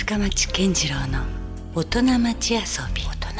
深町健次郎の大人町遊び。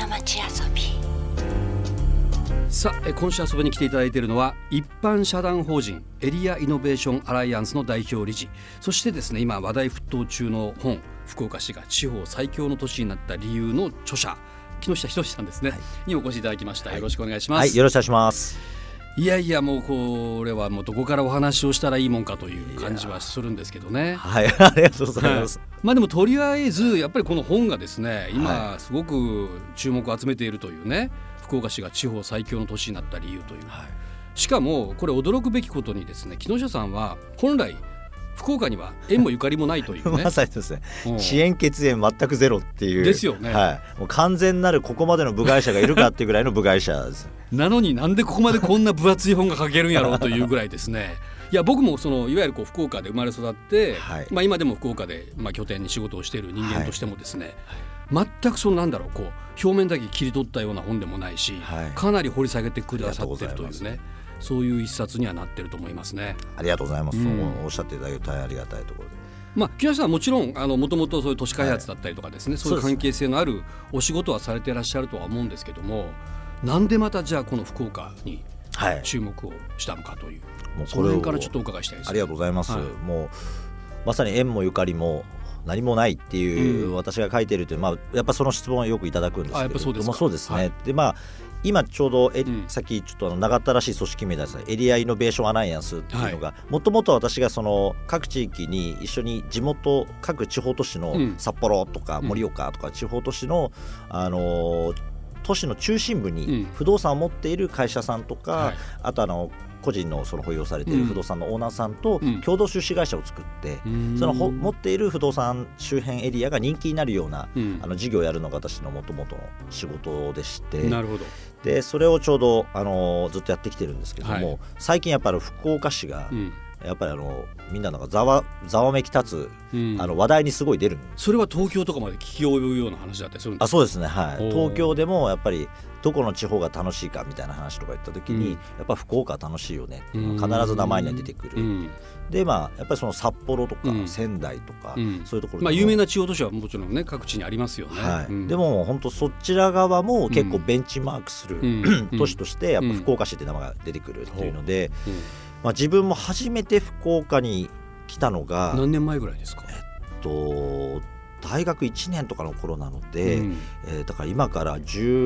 さあ、今週遊びに来ていただいているのは一般社団法人エリアイノベーションアライアンスの代表理事、そしてですね、今話題沸騰中の本、福岡市が地方最強の都市になった理由の著者、木下仁さんですね、にお越しいただきました。よろしくお願いします。 よろしくお願いします。 いやもうこれはもうどこからお話をしたらいいもんかという感じはするんですけどね。 ありがとうございます。 でもとりあえずやっぱりこの本がですね、今すごく注目を集めているというね、福岡市が地方最強の都市になった理由という、しかもこれ驚くべきことにですね、木下さんは本来福岡には縁もゆかりもないというねまさにですね、遅延血縁全くゼロっていうですよね、 もう完全なるここまでの部外者がいるかっていうぐらいの部外者ですなのになんでここまでこんな分厚い本が書けるんやろうというぐらいですねいや僕もいわゆる福岡で生まれ育って、今でも福岡で拠点に仕事をしている人間としてもですね、全く表面だけ切り取ったような本でもないし、かなり掘り下げてくださっているというね、そういう一冊にはなっていると思いますね。 ありがとうございます。おっしゃっていただけると大変ありがたいところで、 木下さんはもちろんもともとそういう都市開発だったりとかですね、そういう関係性のあるお仕事はされていらっしゃるとは思うんですけども、なんでまたじゃあこの福岡に注目をしたのかという、その辺からちょっとお伺いしたいですね。 ありがとうございます。もうまさに縁もゆかりも何もないっていう、私が書いているという、やっぱその質問はよくいただくんですけれども、そうですね。で今ちょうどさっきちょっと長ったらしい組織名ですね、エリアイノベーションアライアンスっていうのが、もともと私がその各地域に一緒に地元各地方都市の札幌とか盛岡とか地方都市の都市の中心部に不動産を持っている会社さんとか、あと個人の保有されている不動産のオーナーさんと共同出資会社を作って、その持っている不動産周辺エリアが人気になるような事業をやるのが私のもともとの仕事でして、 なるほど。でそれをちょうどずっとやってきてるんですけども、最近やっぱり福岡市がやっぱりみんながざわめき立つ、話題にすごい出るんです。 それは東京とかまで聞き及ぶような話だったりするんですか？ そうですね、東京でもやっぱりどこの地方が楽しいかみたいな話とか言った時に、やっぱ福岡楽しいよねっていうのが必ず名前には出てくる。でやっぱりその札幌とか仙台とか、そういうところで有名な地方都市はもちろんね、各地にありますよね。 でも本当そちら側も結構ベンチマークする都市としてやっぱ福岡市って名前が出てくるっていうので、自分も初めて福岡に来たのが何年前ぐらいですか？ 大学1年とかの頃なので、だから今から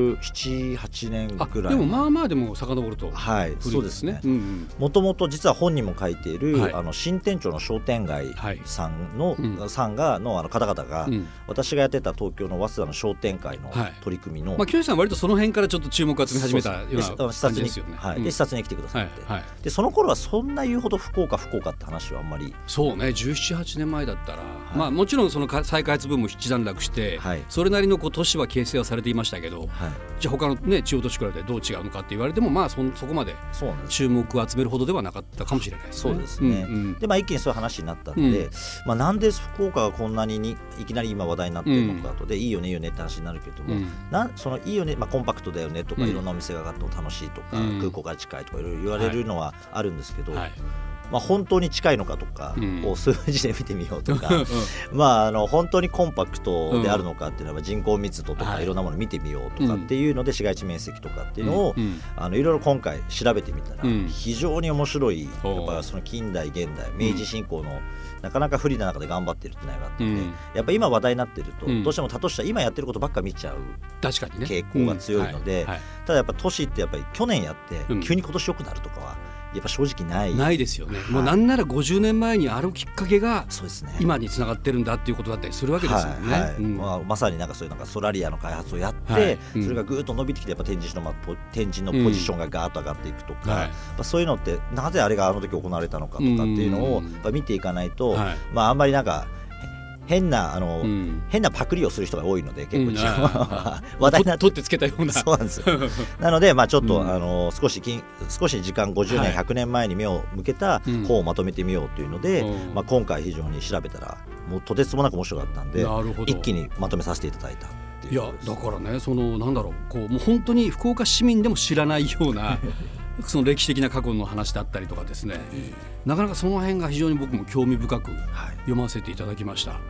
17、8年ぐらい。 でもでも遡るとそうですね。もともと実は本にも書いている、新店長の商店街さんの、方々が、私がやってた東京の早稲田の商店会の取り組みの、 木下さん割とその辺からちょっと注目を集め始めたような感じですよね。 で視察に来てくださって、でその頃はそんな言うほど福岡って話はあんまり。 そうね、17、8年前だったら、もちろんその再開発部も一段落して、それなりの都市は形成はされていましたけど、じゃあ他の地方都市からでどう違うのかって言われても、そこまで注目を集めるほどではなかったかもしれないですね。 そうですね。で一気にそういう話になったので、なんで福岡がこんなにいきなり今話題になっているのかと、でいいよねいいよねって話になるけども、そのいいよね、コンパクトだよねとか、いろんなお店があっても楽しいとか、空港が近いとかいろいろ言われるのはあるんですけど、本当に近いのかとかを数字で見てみようとか、本当にコンパクトであるのかっていうのは人口密度とかいろんなものを見てみようとかっていうので、市街地面積とかっていうのをいろいろ今回調べてみたら、非常に面白い、やっぱその近代現代明治進行のなかなか不利な中で頑張ってるっていうのがあって、やっぱ今話題になってると、どうしても他都市は今やってることばっか見ちゃう傾向が強いので、ただやっぱ都市ってやっぱり去年やって急に今年良くなるとかはやっぱ正直ないですよね。もうなんなら50年前にあるきっかけが今につながってるんだっていうことだったりするわけですよね。 まさにそういうソラリアの開発をやって、それがぐーっと伸びてきて、やっぱ天神のポジションがガーッと上がっていくとか、そういうのってなぜあれがあの時行われたのかとかっていうのを見ていかないと、あんまり変なパクリをする人が多いので、結構話題になって取ってつけたような。 そうなんですよ。なのでちょっと少し時間50年、100年前に目を向けた本をまとめてみようというので、今回非常に調べたらもうとてつもなく面白かったんで、一気にまとめさせていただいたっていう。 いやだからね、もう本当に福岡市民でも知らないようなその歴史的な過去の話だったりとかですね、なかなかその辺が非常に僕も興味深く読ませていただきました。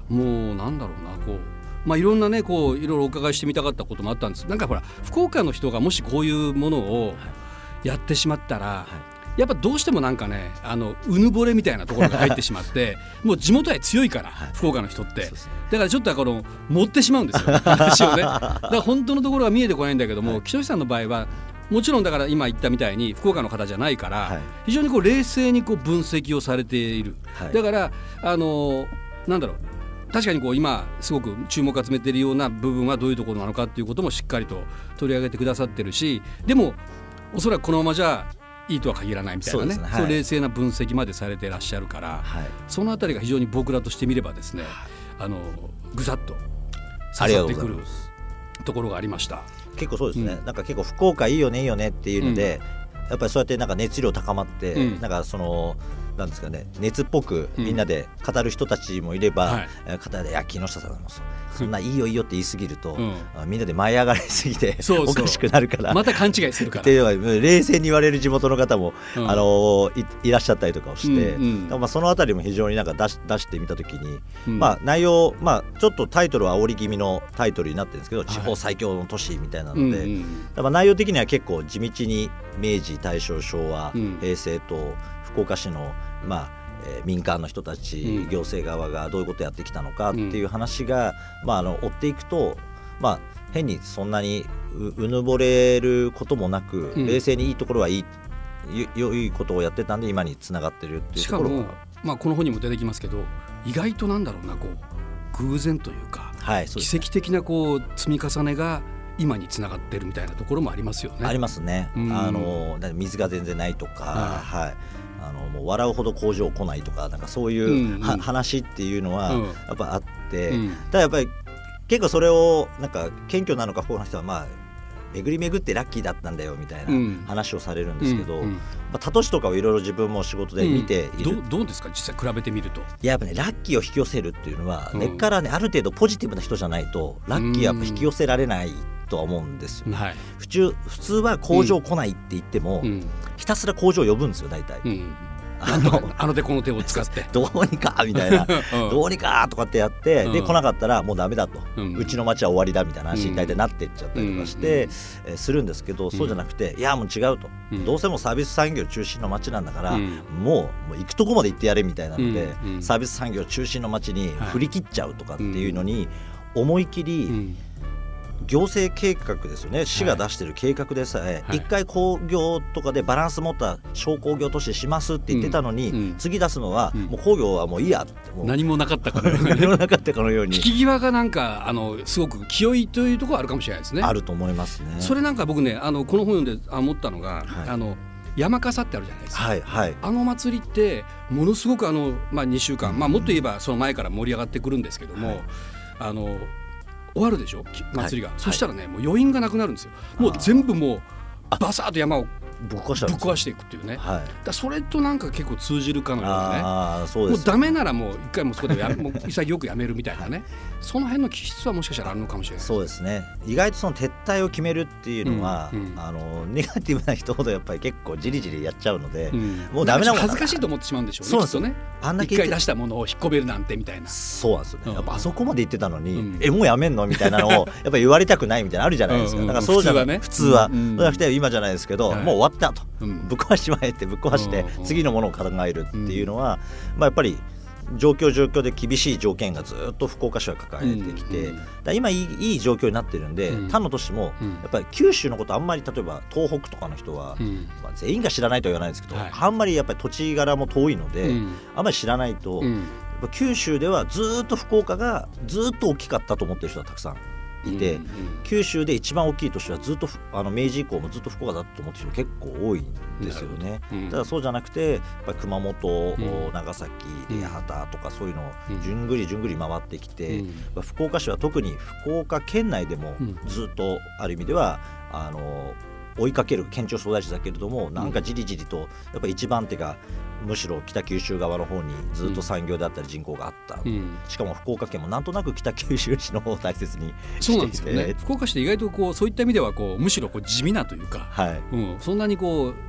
もうなんだろうなこう、いろんなねこういろいろお伺いしてみたかったこともあったんです。なんかほら福岡の人がもしこういうものをやってしまったら、やっぱどうしてもなんかねうぬぼれみたいなところが入ってしまってもう地元愛強いから、福岡の人って、だからちょっと持ってしまうんですよ話をね。だから本当のところは見えてこないんだけども、木戸さんの場合はもちろんだから今言ったみたいに福岡の方じゃないから、非常にこう冷静にこう分析をされている、だからなんだろう、確かにこう今すごく注目を集めているような部分はどういうところなのかっていうこともしっかりと取り上げてくださってるし、でもおそらくこのままじゃいいとは限らないみたいなね、そう冷静な分析までされていらっしゃるから、そのあたりが非常に僕らとしてみればですね、ぐさっと刺さってくるところがありました。 結構そうですね、なんか結構福岡いいよねいいよねっていうので、やっぱりそうやってなんか熱量高まって、なんかなんですかね、熱っぽくみんなで語る人たちもいれば、語で木下さんもそんないいよいいよって言い過ぎると、みんなで舞い上がりすぎておかしくなるからまた勘違いするからっていう冷静に言われる地元の方も、いらっしゃったりとかをして、そのあたりも非常になんか出してみたときに、内容、ちょっとタイトルは煽り気味のタイトルになってるんですけど、地方最強の都市みたいなので、内容的には結構地道に明治大正昭和、平成と福岡市の民間の人たち、行政側がどういうことをやってきたのかっていう話が、追っていくと、変にそんなにうぬぼれることもなく、冷静にいいところはいい良いことをやってたんで今につながってるっていうところが、 しかも、この本にも出てきますけど、意外となんだろうなこう偶然というか、奇跡的なこう積み重ねが今につながってるみたいなところもありますよね。 ありますね。水が全然ないとか、もう笑うほど工場来ないとか、なんかそういう、話っていうのはやっぱあって、ただやっぱり結構それをなんか謙虚なのか不幸な人は巡り巡ってラッキーだったんだよみたいな話をされるんですけど、他都市とかをいろいろ自分も仕事で見ている、 どうですか実際比べてみると。 やっぱねラッキーを引き寄せるっていうのは、根っからねある程度ポジティブな人じゃないとラッキーはやっぱ引き寄せられないとは思うんですよ、普通は工場来ないって言っても、ひたすら工場を呼ぶんですよ大体、 あの手この手を使ってどうにかみたいなどうにかとかってやって、で来なかったらもうダメだと、うちの町は終わりだみたいな話に大体なっていっちゃったりとかして、するんですけど、そうじゃなくて、いやもう違うと、どうせもうサービス産業中心の町なんだから、もう行くとこまで行ってやれみたいなので、サービス産業中心の町に振り切っちゃうとかっていうのに思い切り、行政計画ですよね、市が出してる計画でさえ、一回工業とかでバランス持った小工業都市しますって言ってたのに、次出すのはもう工業はもういいやって、 何もなかったかのように何もなかったかのように引き際がなんかすごく清いというところあるかもしれないですね。 あると思いますね。 それなんか僕ねこの本読んで思ったのが、山笠ってあるじゃないですか、あの祭りってものすごく2週間、もっと言えばその前から盛り上がってくるんですけども、終わるでしょ祭りが、そしたらねもう余韻がなくなるんですよ。もう全部もうバサッと山をぶっ壊していくっていうね、だそれとなんか結構通じるかのようなね、もうダメならもう一回もそこでもう潔くやめるみたいなね、その辺の気質はもしかしたらあるのかもしれない。 そうですね、意外とその撤退を決めるっていうのは、ネガティブな人ほどやっぱり結構じりじりやっちゃうので、もうダメなもん恥ずかしいと思ってしまうんでしょうね。 そうですよね、 一回出したものを引っ込めるなんてみたいな。 そうなんですよね、やっぱあそこまで言ってたのに、もうやめんのみたいなのをやっぱり言われたくないみたいなのあるじゃないですか。だからそうじゃない、普通はそうじゃなくて今じゃないですけど、もう終わったと、ぶっ壊しまえってぶっ壊して次のものを考えるっていうのは、やっぱり状況で厳しい条件がずっと福岡市は抱えてきて、今いい状況になってるんで、他の都市もやっぱり九州のことあんまり、例えば東北とかの人は、全員が知らないとは言わないですけど、あんまりやっぱり土地柄も遠いので、あんまり知らないと、やっぱ九州ではずっと福岡がずっと大きかったと思ってる人はたくさんいて、九州で一番大きい都市はずっと明治以降もずっと福岡だと思ってる人結構多いんですよね。ただそうじゃなくて、やっぱり熊本、長崎、八幡とかそういうのをじゅんぐり回ってきて、福岡市は特に福岡県内でもずっとある意味では追いかける県庁所在地だけれども、なんかじりじりとやっぱり一番手がむしろ北九州側の方にずっと産業であったり人口があった、しかも福岡県もなんとなく北九州市の方を大切にしていて、そうなんですよね。 福岡市って意外とそういった意味ではむしろ地味なというか、そんなに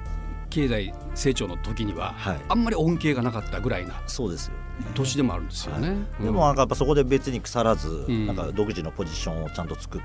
経済成長の時には、あんまり恩恵がなかったぐらいな年でもあるんですよね。 でもなんかやっぱそこで別に腐らず、なんか独自のポジションをちゃんと作って、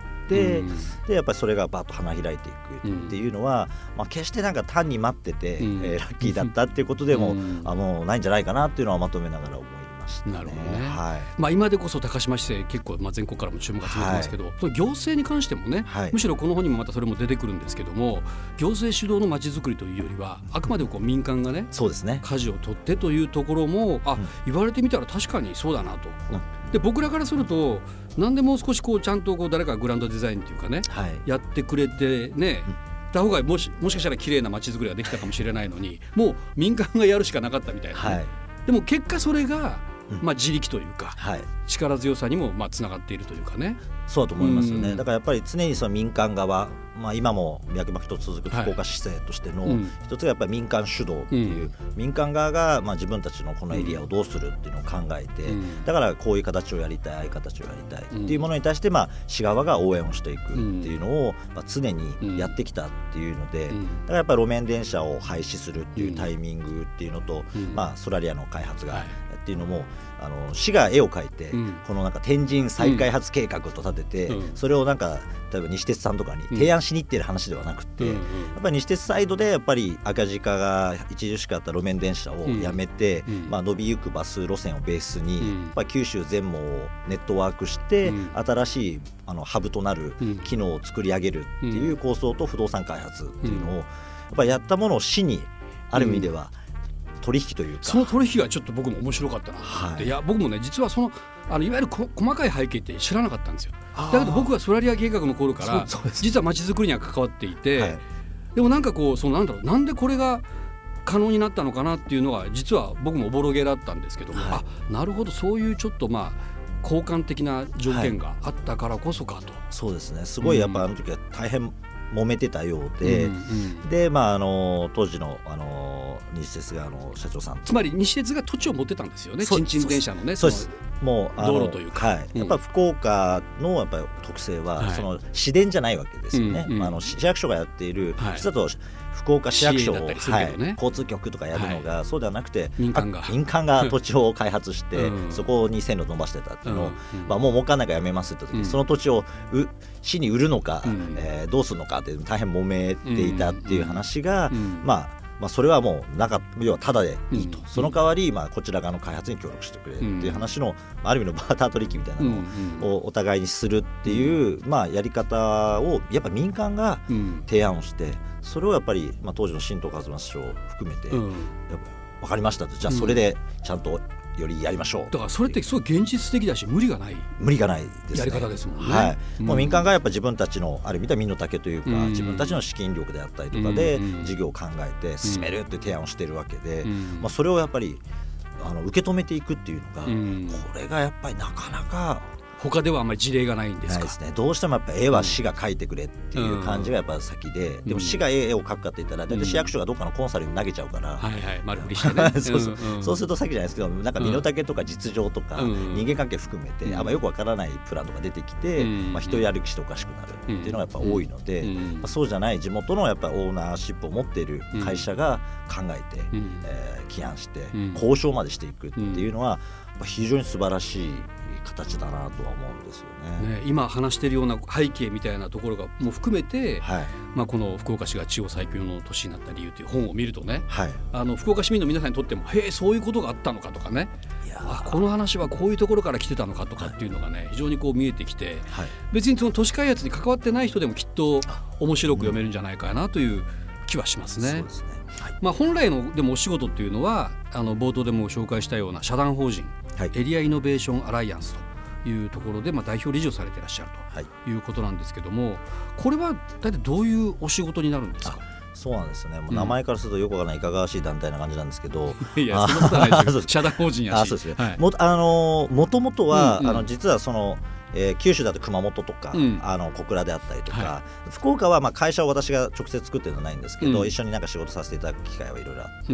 でやっぱりそれがバッと花開いていくっていうのは、決してなんか単に待ってて、ラッキーだったっていうことでも、もうないんじゃないかなっていうのはまとめながら思いましたね。 なるほどね。今でこそ高島市政結構、全国からも注目が集まってますけど、行政に関してもね、むしろこの本にもまたそれも出てくるんですけども、行政主導のまちづくりというよりはあくまでも民間がね、舵を取ってというところも言われてみたら確かにそうだなと。で僕らからすると何でもう少しちゃんと誰かがグランドデザインというかね、やってくれてね、た方がもしかしたら綺麗な街づくりができたかもしれないのに、もう民間がやるしかなかったみたいな、でも結果それが自力というか、力強さにもつながっているというかね。 そうだと思いますよね。だからやっぱり常にその民間側、今も脈々と続く福岡市政としての一つがやっぱり民間主導っていう、民間側が自分たちのこのエリアをどうするっていうのを考えて、だからこういう形をやりたい、ああいう形をやりたいっていうものに対して市側が応援をしていくっていうのを常にやってきたっていうので、だからやっぱり路面電車を廃止するっていうタイミングっていうのと、ソラリアの開発がっていうのも市が絵を描いて、このなんか天神再開発計画と立てて、それをなんか例えば西鉄さんとかに提案しに行ってる話ではなくて、やっぱり西鉄サイドでやっぱり赤字化が著しかった路面電車をやめて、伸びゆくバス路線をベースに、やっぱり九州全網をネットワークして、新しいハブとなる機能を作り上げるっていう構想と不動産開発っていうのをやっぱりやったものを市にある意味では、取引というか、 その取引がちょっと僕も面白かったなと思って、いや僕もね実はそのいわゆる細かい背景って知らなかったんですよ。だけど僕はソラリア計画の頃から実は街づくりには関わっていて、でもなんかなんでこれが可能になったのかなっていうのは実は僕もおぼろげだったんですけども、なるほど、そういうちょっと交換的な条件があったからこそかと。 そうですね、すごいやっぱあの時は大変揉めてたようで、で当時の西鉄が社長さん、 つまり西鉄が土地を持ってたんですよね、ちんちん電車のね、 そうです、もう道路というか、 やっぱ福岡のやっぱ特性は、その市電じゃないわけですよね。市役所がやっている、実だと福岡市役所を、交通局とかやるのが、そうではなくて民間が土地を開発して、そこに線路伸ばしてたっていうのを、もう儲かんないからやめますって言った時に、その土地を市に売るのか、どうするのかって大変揉めていたっていう話が、それはもう要はタダでいいと、その代わりこちら側の開発に協力してくれっていう話の、ある意味のバーター取引みたいなのをお互いにするっていう、やり方をやっぱ民間が提案をして、それをやっぱり、当時の新藤和正市長を含めて、分かりましたと、じゃあそれでちゃんとよりやりましょう。 だからそれってすごい現実的だし無理がないですね、 やり方ですもんね。 もう民間がやっぱ自分たちのある意味では身の丈というか、自分たちの資金力であったりとかで事業を考えて進めるって提案をしているわけで、それをやっぱり受け止めていくっていうのが、これがやっぱりなかなか他ではあんまり事例がないんですか。 ないですね。どうしてもやっぱ絵は市が描いてくれっていう感じがやっぱ先で、でも市が絵を描くかって言ったら大体市役所がどっかのコンサルに投げちゃうから、 丸振りしてねそうするとさっきじゃないですけど、なんか身の丈とか実情とか人間関係含めてあんまよくわからないプランとか出てきて、人やる気しておかしくなるっていうのがやっぱ多いので、そうじゃない地元のやっぱオーナーシップを持っている会社が考えて起案して交渉までしていくっていうのは非常に素晴らしい形だなとは思うんですよね。 今話しているような背景みたいなところがも含めて、この福岡市が地方最強の都市になった理由という本を見るとね、福岡市民の皆さんにとってもそういうことがあったのかとかね、この話はこういうところから来てたのかとかっていうのがね、非常に見えてきて、別にその都市開発に関わってない人でもきっと面白く読めるんじゃないかなという気はしますね。 そうですね。 本来のでもお仕事っていうのは冒頭でも紹介したような社団法人、エリアイノベーションアライアンスというところで代表理事をされていらっしゃるということなんですけども、これは大体どういうお仕事になるんですか。 そうなんですよね。もう名前からするとよくわからないいかがわしい団体な感じなんですけど、 いやそんなことはないですよ社団法人やし。 そうですね。もともとは実はその九州だと熊本とか、小倉であったりとか、福岡は会社を私が直接作ってるのはないんですけど、一緒になんか仕事させていただく機会はいろいろあって、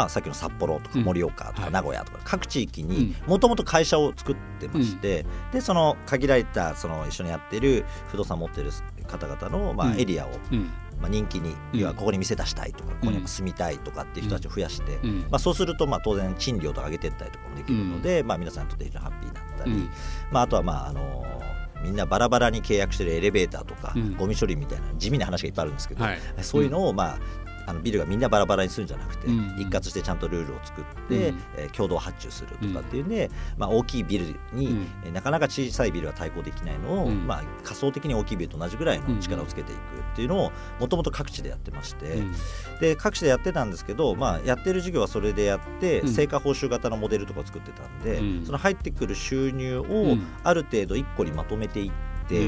さっきの札幌とか盛岡とか名古屋とか各地域にもともと会社を作ってまして、でその限られた一緒にやってる不動産持ってる方々のエリアを人気に、要はここに店出したいとか、ここに住みたいとかっていう人たちを増やして、そうすると当然賃料とか上げていったりとかもできるので、皆さんにとって非常にハッピーになったり、あとはみんなバラバラに契約してるエレベーターとか、ゴミ処理みたいな地味な話がいっぱいあるんですけど、そういうのをビルがみんなバラバラにするんじゃなくて、一括してちゃんとルールを作って、共同発注するとかっていうんで、大きいビルに、なかなか小さいビルは対抗できないのを、仮想的に大きいビルと同じぐらいの力をつけていくっていうのをもともと各地でやってまして、で各地でやってたんですけど、やってる事業はそれでやって成果報酬型のモデルとかを作ってたんで、その入ってくる収入をある程度1個にまとめていって、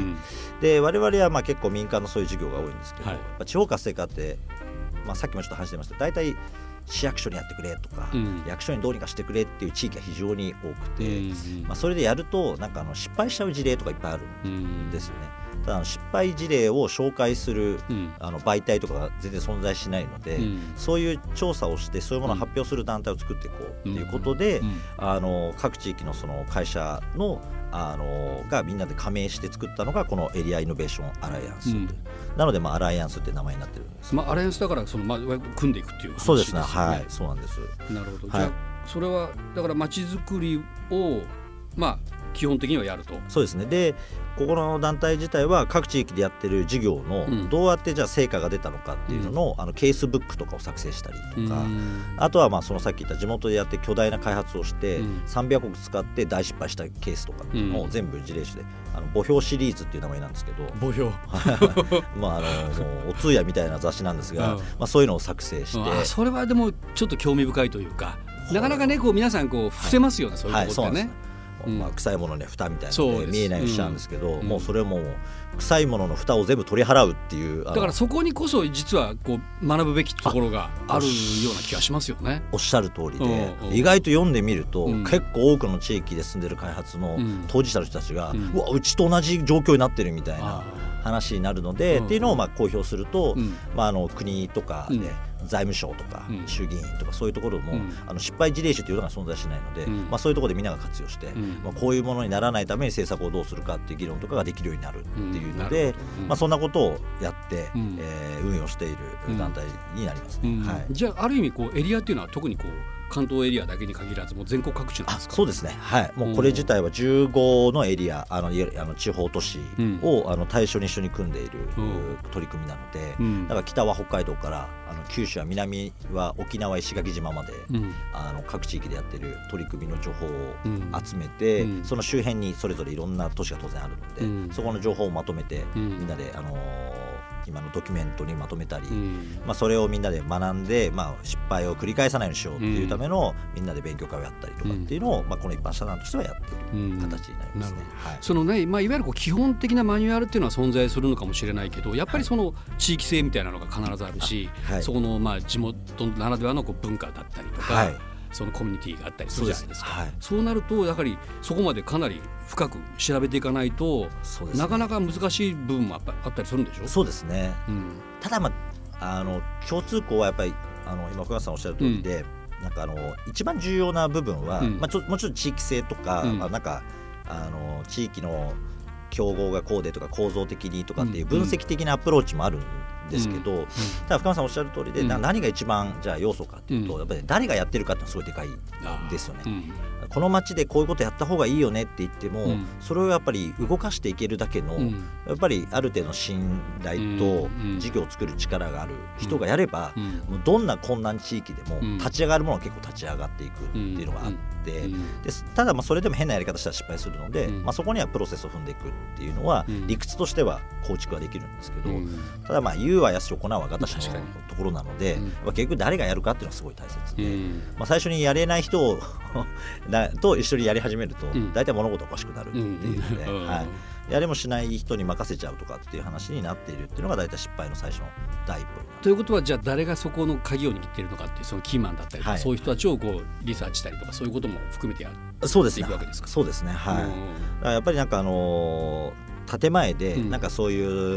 で我々は結構民間のそういう事業が多いんですけど、地方活性化ってさっきもちょっと話してました大体市役所にやってくれとか、役所にどうにかしてくれっていう地域が非常に多くて、それでやると失敗しちゃう事例とかいっぱいあるんですよね。ただ失敗事例を紹介する、媒体とかが全然存在しないので、そういう調査をしてそういうものを発表する団体を作っていこうっていうことで、各地域のその会社のがみんなで加盟して作ったのがこのエリアイノベーションアライアンス、なのでアライアンスって名前になってるんです。 アライアンスだから組んでいくっていう話ですよね。 そうですね、はい、そうなんです。 なるほど、じゃあそれはだから街づくりを基本的にはやると。 そうですね。でここの団体自体は各地域でやってる事業のどうやってじゃあ成果が出たのかっていうのの、ケースブックとかを作成したりとか、あとはそのさっき言った地元でやって巨大な開発をして、300億使って大失敗したケースとかっていうのを全部事例集で墓標シリーズっていう名前なんですけど、 墓標もうお通夜みたいな雑誌なんですが、そういうのを作成して、 それはでもちょっと興味深いというか、なかなかね皆さん伏せますよね、そういうところってね。 臭いものには蓋みたいなので見えないようにしちゃうんですけど、もうそれも臭いものの蓋を全部取り払うっていう、 だからそこにこそ実は学ぶべきところがあるような気がしますよね。 おっしゃる通りで、意外と読んでみると、結構多くの地域で住んでる開発の当事者の人たちが、うちと同じ状況になってるみたいな話になるので、っていうのを公表すると、国とかで財務省とか衆議院とかそういうところも、失敗事例集というのが存在しないので、そういうところでみんなが活用して、こういうものにならないために政策をどうするかっていう議論とかができるようになるっていうので、そんなことをやって、運用している団体になりますね。 じゃあある意味エリアっていうのは特に関東エリアだけに限らずもう全国各地なんですか？ そうですね、はい、もうこれ自体は15のエリア地方都市を対象に一緒に組んでいる取り組みなので、だから北は北海道から九州は南は沖縄石垣島まで、各地域でやっている取り組みの情報を集めて、その周辺にそれぞれいろんな都市が当然あるので、そこの情報をまとめて、みんなで今のドキュメントにまとめたり、それをみんなで学んで、失敗を繰り返さないようにしようっていうための、みんなで勉強会をやったりとかっていうのを、この一般社団としてはやっている形になりますね。 そのね、いわゆる基本的なマニュアルっていうのは存在するのかもしれないけど、やっぱりその地域性みたいなのが必ずあるし、そこの地元ならではの文化だったりとか、そのコミュニティがあったりするじゃないですか。そうなるとやはりそこまでかなり深く調べていかないと、なかなか難しい部分もあったりするんでしょ？ そうですね、ただ共通項はやっぱり今福川さんおっしゃる通りで、一番重要な部分は、もちろん地域性とか、地域の競合がこうでとか構造的にとかっていう分析的なアプローチもあるんですけど、ただ深間さんおっしゃる通りで、何が一番じゃあ要素かっていうと、やっぱり誰がやってるかってのはすごいでかいですよね。この街でこういうことやった方がいいよねって言っても、それをやっぱり動かしていけるだけの、やっぱりある程度の信頼と事業を作る力がある人がやれば、もうどんな困難地域でも立ち上がるものは結構立ち上がっていくっていうのがあって、でただそれでも変なやり方したら失敗するので、そこにはプロセスを踏んでいくっていうのは、理屈としては構築はできるんですけど、ただ言うはやすし行うは私のところなので、結局誰がやるかっていうのはすごい大切で、最初にやれない人をと一緒にやり始めると、大体物事おかしくなるっていうので、やれもしない人に任せちゃうとかっていう話になっているっていうのが大体失敗の最初の第一歩。 ということは、じゃあ誰がそこの鍵を握っているのかっていう、そのキーマンだったりとか、そういう人たちをリサーチしたりとか、そういうことも含めてやっていくわけですか？ そうですね、はい。だからやっぱり建前でそういう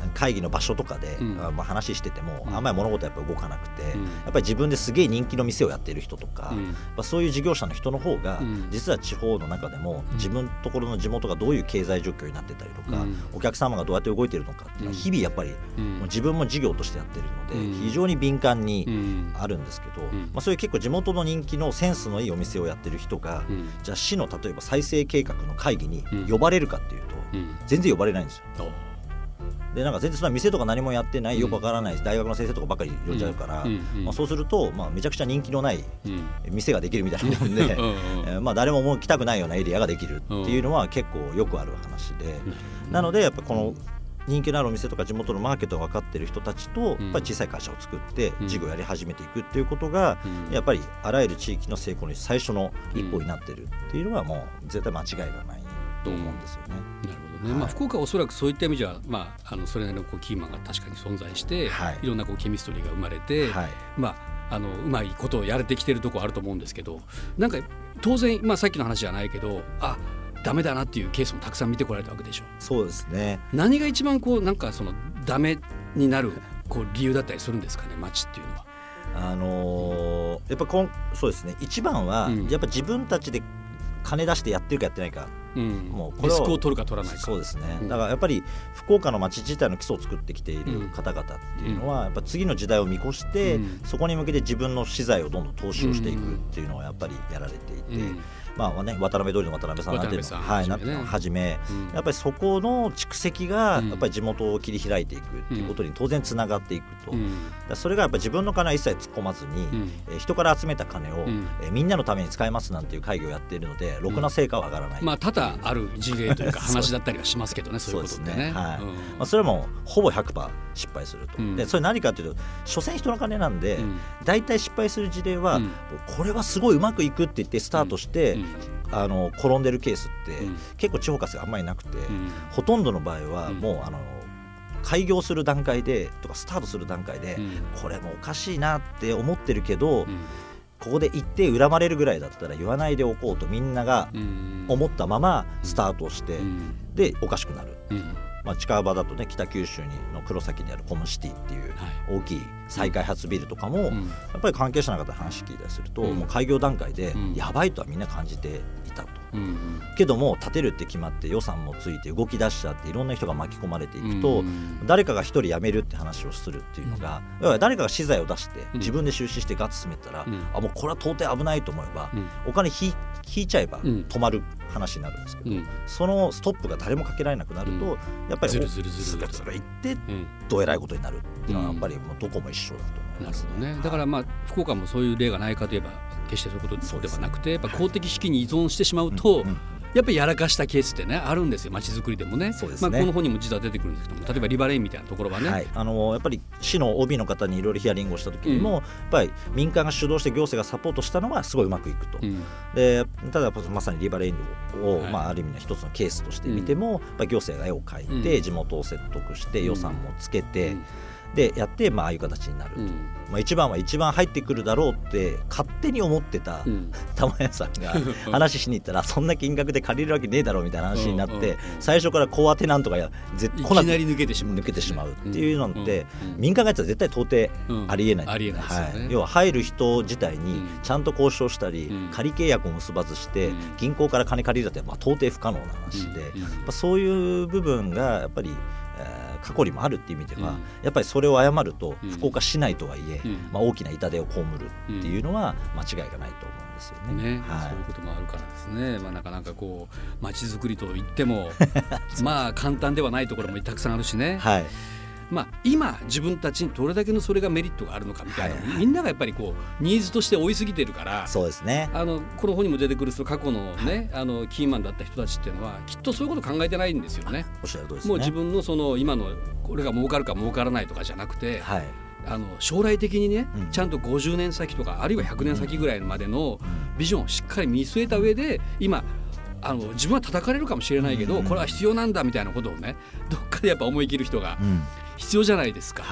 会議の場所とかで、話しててもあんまり物事やっぱ動かなくて、やっぱり自分ですげえ人気の店をやっている人とか、そういう事業者の人の方が、実は地方の中でも自分のところの地元がどういう経済状況になってたりとか、お客様がどうやって動いているのかっていうのは日々やっぱり、もう自分も事業としてやってるので、非常に敏感にあるんですけど、そういう結構地元の人気のセンスのいいお店をやってる人が、じゃあ市の例えば再生計画の会議に呼ばれるかっていうと、全然呼ばれないんですよ。でなんか全然そんな店とか何もやってない、よくわからない大学の先生とかばっかり呼んじゃうから、そうすると、めちゃくちゃ人気のない店ができるみたいなもんで誰ももう来たくないようなエリアができるっていうのは結構よくある話で、なのでやっぱこの人気のあるお店とか地元のマーケットが分かっている人たちとやっぱり小さい会社を作って事業をやり始めていくっていうことが、やっぱりあらゆる地域の成功の最初の一歩になっているっていうのはもう絶対間違いがないと思うんですよね。 なるほどね。福岡はおそらくそういった意味じゃ、それなりのキーマンが確かに存在して、いろんなケミストリーが生まれて、うまいことをやれてきてるところあると思うんですけど、なんか当然、さっきの話じゃないけど、ダメだなっていうケースもたくさん見てこられたわけでしょ。 そうですね。 何が一番なんかそのダメになる理由だったりするんですかね、町っていうのは。 やっぱそうですね、一番は、やっぱ自分たちで金出してやってるかやってないか、 もうリスクを取るか取らないか。 そうですね、だからやっぱり福岡の町自体の基礎を作ってきている方々っていうのは、やっぱ次の時代を見越して、そこに向けて自分の資材をどんどん投資をしていくっていうのをやっぱりやられていて、渡辺通りの渡辺さんなんていうのをはじめ、やっぱりそこの蓄積がやっぱり地元を切り開いていくっていうことに当然つながっていくと、それがやっぱり自分の金は一切突っ込まずに、人から集めた金をみんなのために使いますなんていう会議をやっているので、ろくな成果は上がらない。 多々ある事例というか話だったりはしますけどねそういうことってね。 それもほぼ 100% 失敗すると。でそれ何かというと、所詮人の金なんで、だいたい失敗する事例は、これはすごいうまくいくって言ってスタートして、転んでるケースって、結構地方活があんまりなくて、ほとんどの場合はもう開業する段階でとかスタートする段階で、これもおかしいなって思ってるけど、ここで言って恨まれるぐらいだったら言わないでおこうとみんなが思ったままスタートして、でおかしくなる。近場だとね、北九州の黒崎にあるコムシティっていう大きい再開発ビルとかも、やっぱり関係者の方の話聞いたりすると、もう開業段階でやばいとはみんな感じていたと。けども建てるって決まって予算もついて動き出しちゃって、いろんな人が巻き込まれていくと、誰かが一人辞めるって話をするっていうのが、誰かが資材を出して自分で出資してガッツ詰めたら、もうこれは到底危ないと思えば、お金引いちゃえば止まる話になるんですけど、そのストップが誰もかけられなくなると、やっぱりずるずるいってどえらいことになるっていうのはやっぱりもうどこも一緒だと思います。 だから福岡もそういう例がないかといえば決してそういうことではなくて、やっぱ公的資金に依存してしまうと、やっぱりやらかしたケースってねあるんですよ、街づくりでもね。この本にも実は出てくるんですけども、例えばリバレインみたいなところはね、やっぱり市の OB の方にいろいろヒアリングをした時にも、やっぱり民間が主導して行政がサポートしたのがすごいうまくいくと。でただまさにリバレインを、ある意味の一つのケースとして見ても、やっぱり行政が絵を描いて、地元を説得して予算もつけて、でやって、ああいう形になると。一番は一番入ってくるだろうって勝手に思ってた玉屋さんが話しに行ったら、そんな金額で借りるわけねえだろうみたいな話になって、最初から小当てなんとかいきなり抜けてしまうっていうのって、民間がやったら絶対到底ありえない。要は入る人自体にちゃんと交渉したり、仮契約を結ばずして銀行から金借りるって到底不可能な話で、そういう部分がやっぱり過去にもあるっていう意味では、やっぱりそれを誤ると、福岡市内とはいえ、大きな痛手を被るっていうのは間違いがないと思うんですよね。 そういうこともあるからですね。なかなか街づくりといっても簡単ではないところもたくさんあるしね。今自分たちにどれだけのそれがメリットがあるのかみたいな、みんながやっぱりニーズとして追いすぎてるから。 そうですね。 この本にも出てくる過去のね、キーマンだった人たちっていうのはきっとそういうこと考えてないんですよね。 おっしゃる通りですね。 もう自分の今のこれが儲かるか儲からないとかじゃなくて、将来的にね、ちゃんと50年先とかあるいは100年先ぐらいまでのビジョンをしっかり見据えた上で、今自分は叩かれるかもしれないけど、これは必要なんだみたいなことをね、どっかでやっぱ思い切る人が必要じゃないですか。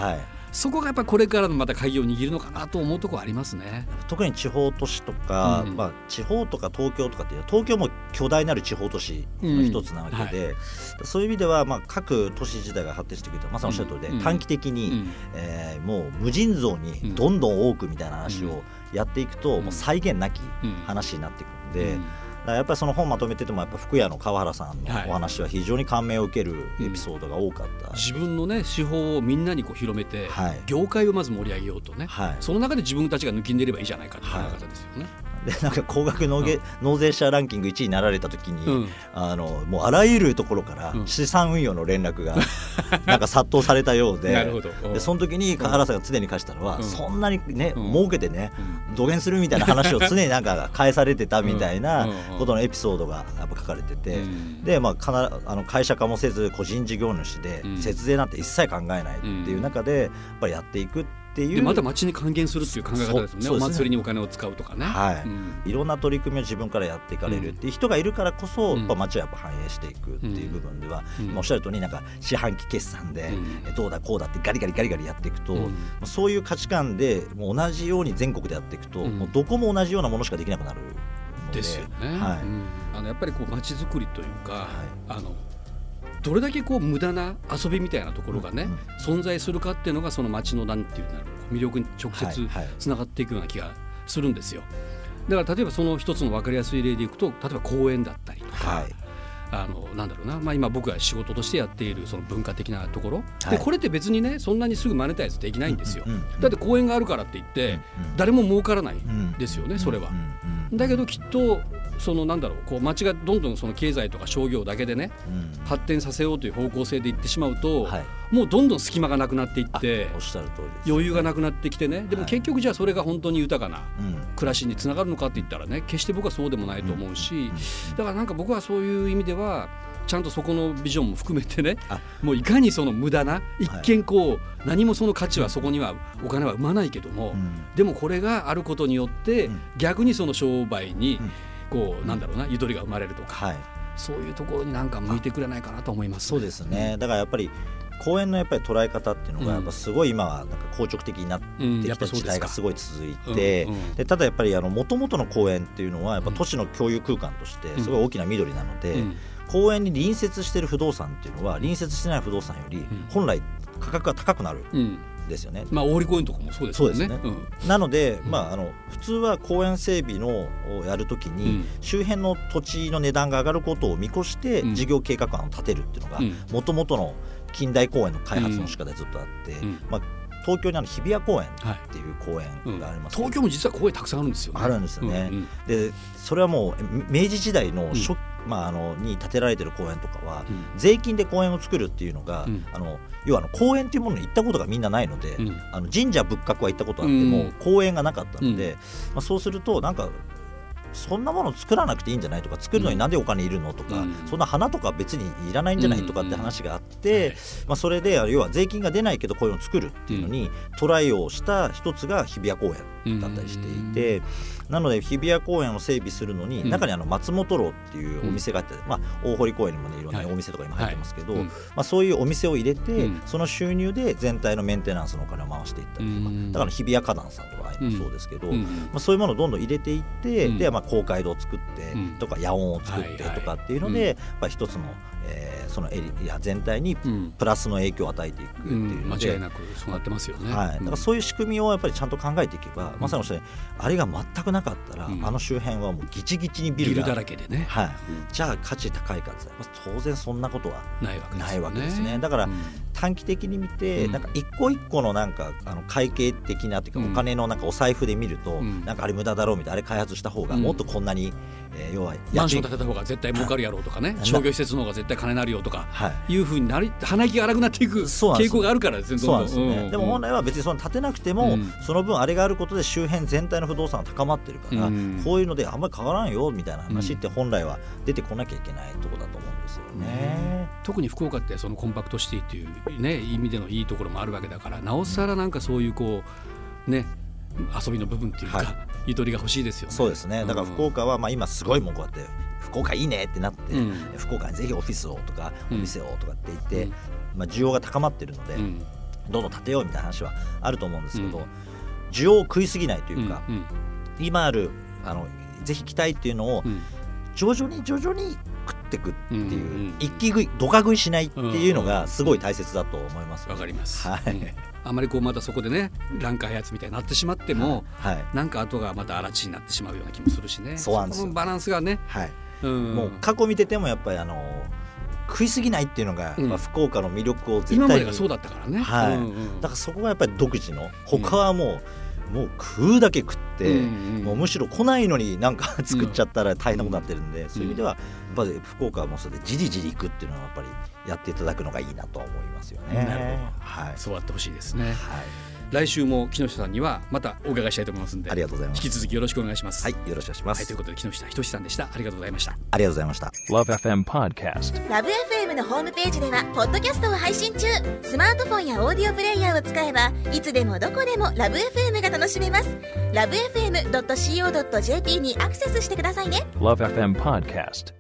そこがやっぱりこれからのまた鍵を握るのかなと思うところありますね。 特に地方都市とか、地方とか東京とかっていう東京も巨大なる地方都市の一つなわけで、そういう意味では各都市自体が発展してくるとまさにおっしゃる通りで、短期的に、もう無尽蔵にどんどん多くみたいな話をやっていくと、もう際限なき話になっていくので、やっぱりその本まとめててもやっぱ福屋の川原さんのお話は非常に感銘を受けるエピソードが多かった、 自分のね手法をみんなにこう広めて、業界をまず盛り上げようとね、その中で自分たちが抜きんでればいいじゃないかっていう考え方ですよね。 でなんか高額納税者ランキング1位になられた時に、もうあらゆるところから資産運用の連絡がなんか殺到されたようで、でその時に川原さんが常に返したのは、そんなにね儲けてね土下するみたいな話を常になんか返されてたみたいなことのエピソードがやっぱ書かれてて、で会社化もせず個人事業主で節税なんて一切考えないっていう中でやっぱりやっていくっていう、 でまた町に還元するっていう考え方ですよね。お祭りにお金を使うとかね、 いろんな取り組みを自分からやっていかれるっていう人がいるからこそ、やっぱ町はやっぱ反映していくっていう部分では、おっしゃる通りなんか四半期決算で、どうだこうだってガリガリやっていくと、そういう価値観でもう同じように全国でやっていくと、もうどこも同じようなものしかできなくなるのでですよね。やっぱりこう町づくりというか、どれだけこう無駄な遊びみたいなところがね、存在するかっていうのがその町のなんていう魅力に直接つながっていくような気がするんですよ。だから例えばその一つの分かりやすい例でいくと、例えば公園だったりとか、なんだろうな、今僕が仕事としてやっているその文化的なところ、でこれって別にねそんなにすぐマネタイズできないんですよ。だって公園があるからって言って誰も儲からないですよね、それは。だけどきっとそのなんだろう、こう町がどんどんその経済とか商業だけでね、発展させようという方向性でいってしまうと、もうどんどん隙間がなくなっていって余裕がなくなってきてね、でも結局じゃあそれが本当に豊かな暮らしにつながるのかって言ったらね、決して僕はそうでもないと思うし、だからなんか僕はそういう意味ではちゃんとそこのビジョンも含めてね、もういかにその無駄な一見こう何もその価値はそこにはお金は生まないけども、でもこれがあることによって逆にその商売にこうなんだろうな、ゆとりが生まれるとか、そういうところになんか向いてくれないかなと思いますね。 そうですね。だからやっぱり公園のやっぱり捉え方っていうのがやっぱすごい今はなんか硬直的になってきた時代がすごい続いて、でただやっぱり元々の公園っていうのはやっぱ都市の共有空間としてすごい大きな緑なので、公園に隣接している不動産っていうのは隣接してない不動産より本来価格が高くなるですよね。 大堀公園とかもそうですよね。 そうですね。なので、普通は公園整備をやるときに、周辺の土地の値段が上がることを見越して事業計画案を立てるっていうのがもともとの近代公園の開発の仕方でずっとあって、東京に日比谷公園っていう公園があります、 東京も実は公園たくさんあるんですよね。 あるんですよね。でそれはもう明治時代のに建てられている公園とかは、税金で公園を作るっていうのが、要は公園というものに行ったことがみんなないので、神社仏閣は行ったことあっても、公園がなかったので、そうするとなんかそんなもの作らなくていいんじゃないとか、作るのになんでお金いるのとか、そんな花とか別にいらないんじゃないとかって話があって、それで要は税金が出ないけどこういうのを作るっていうのにトライをした一つが日比谷公園だったりしていて、なので日比谷公園を整備するのに、中に松本楼っていうお店があって、大堀公園にもねいろんなお店とか今入ってますけど、そういうお店を入れて、その収入で全体のメンテナンスのお金を回していったりとか、だから日比谷花壇さんとかもそうですけど、そういうものをどんどん入れていって、で公会堂を作ってとか野音を作ってとかっていうので、やっぱり一つのそのエリア全体にプラスの影響を与えていくっていうので、 間違いなくそうなってますよね。 だからそういう仕組みをやっぱりちゃんと考えていけば、まさにおっしゃるあれが全くなかったら、あの周辺はもうギチギチにビルだらけでね、 じゃあ価値高いかって当然そんなことはないわけですね。だから短期的に見て、なんか一個一個のなんか会計的なっていうか、お金のなんかお財布で見ると、なんかあれ無駄だろうみたいな、あれ開発した方がもっとこんなに要はマンション建てた方が絶対儲かるやろうとかね、商業施設の方が絶対金になるよとかいうふうに鼻息が荒くなっていく傾向があるからですね。 そうなんですね。でも本来は別にその建てなくても、その分あれがあることで周辺全体の不動産が高まってるから、こういうのであんまり変わらんよみたいな話って本来は出てこなきゃいけないところだと思うんですよね。 特に福岡ってそのコンパクトシティっていう、ね、意味でのいいところもあるわけだから、なおさらなんかそういうこうね遊びの部分っていうか、ゆとりが欲しいですよね。 そうですね。だから福岡は今すごいもうこうやって福岡いいねってなって、福岡にぜひオフィスをとかお店をとかって言って、需要が高まってるので、 どんどん建てようみたいな話はあると思うんですけど、需要を食いすぎないというか、今あるぜひ来たいっていうのを徐々に食っていくっていう、一気食いドカ食いしないっていうのがすごい大切だと思います。 わかります、あまりまたそこでねラン開発みたいになってしまっても、なんか後がまた荒地になってしまうような気もするしね。 そうなんですよ。 そのバランスがね、 もう過去見ててもやっぱり食いすぎないっていうのが、福岡の魅力を絶対に今までがそうだったからね、 だからそこがやっぱり独自の、他はもう食うだけ食って、もうむしろ来ないのになんか作っちゃったら大変なことになってるんで、そういう意味ではやっぱり福岡はもうそれでじりじり行くっていうのはやっぱりやっていただくのがいいなと思いますよね。 なるほど、そうやってほしいですね。来週も木下さんにはまたお伺いしたいと思いますので、 ありがとうございます。 引き続きよろしくお願いします。 はい、よろしくお願いします。 ということで木下仁さんでした。ありがとうございました。 ありがとうございました。 LoveFM Podcast。LoveFM のホームページではポッドキャストを配信中。スマートフォンやオーディオプレイヤーを使えばいつでもどこでも LoveFM が楽しめます。 LoveFM.co.jp にアクセスしてくださいね。 LoveFM Podcast。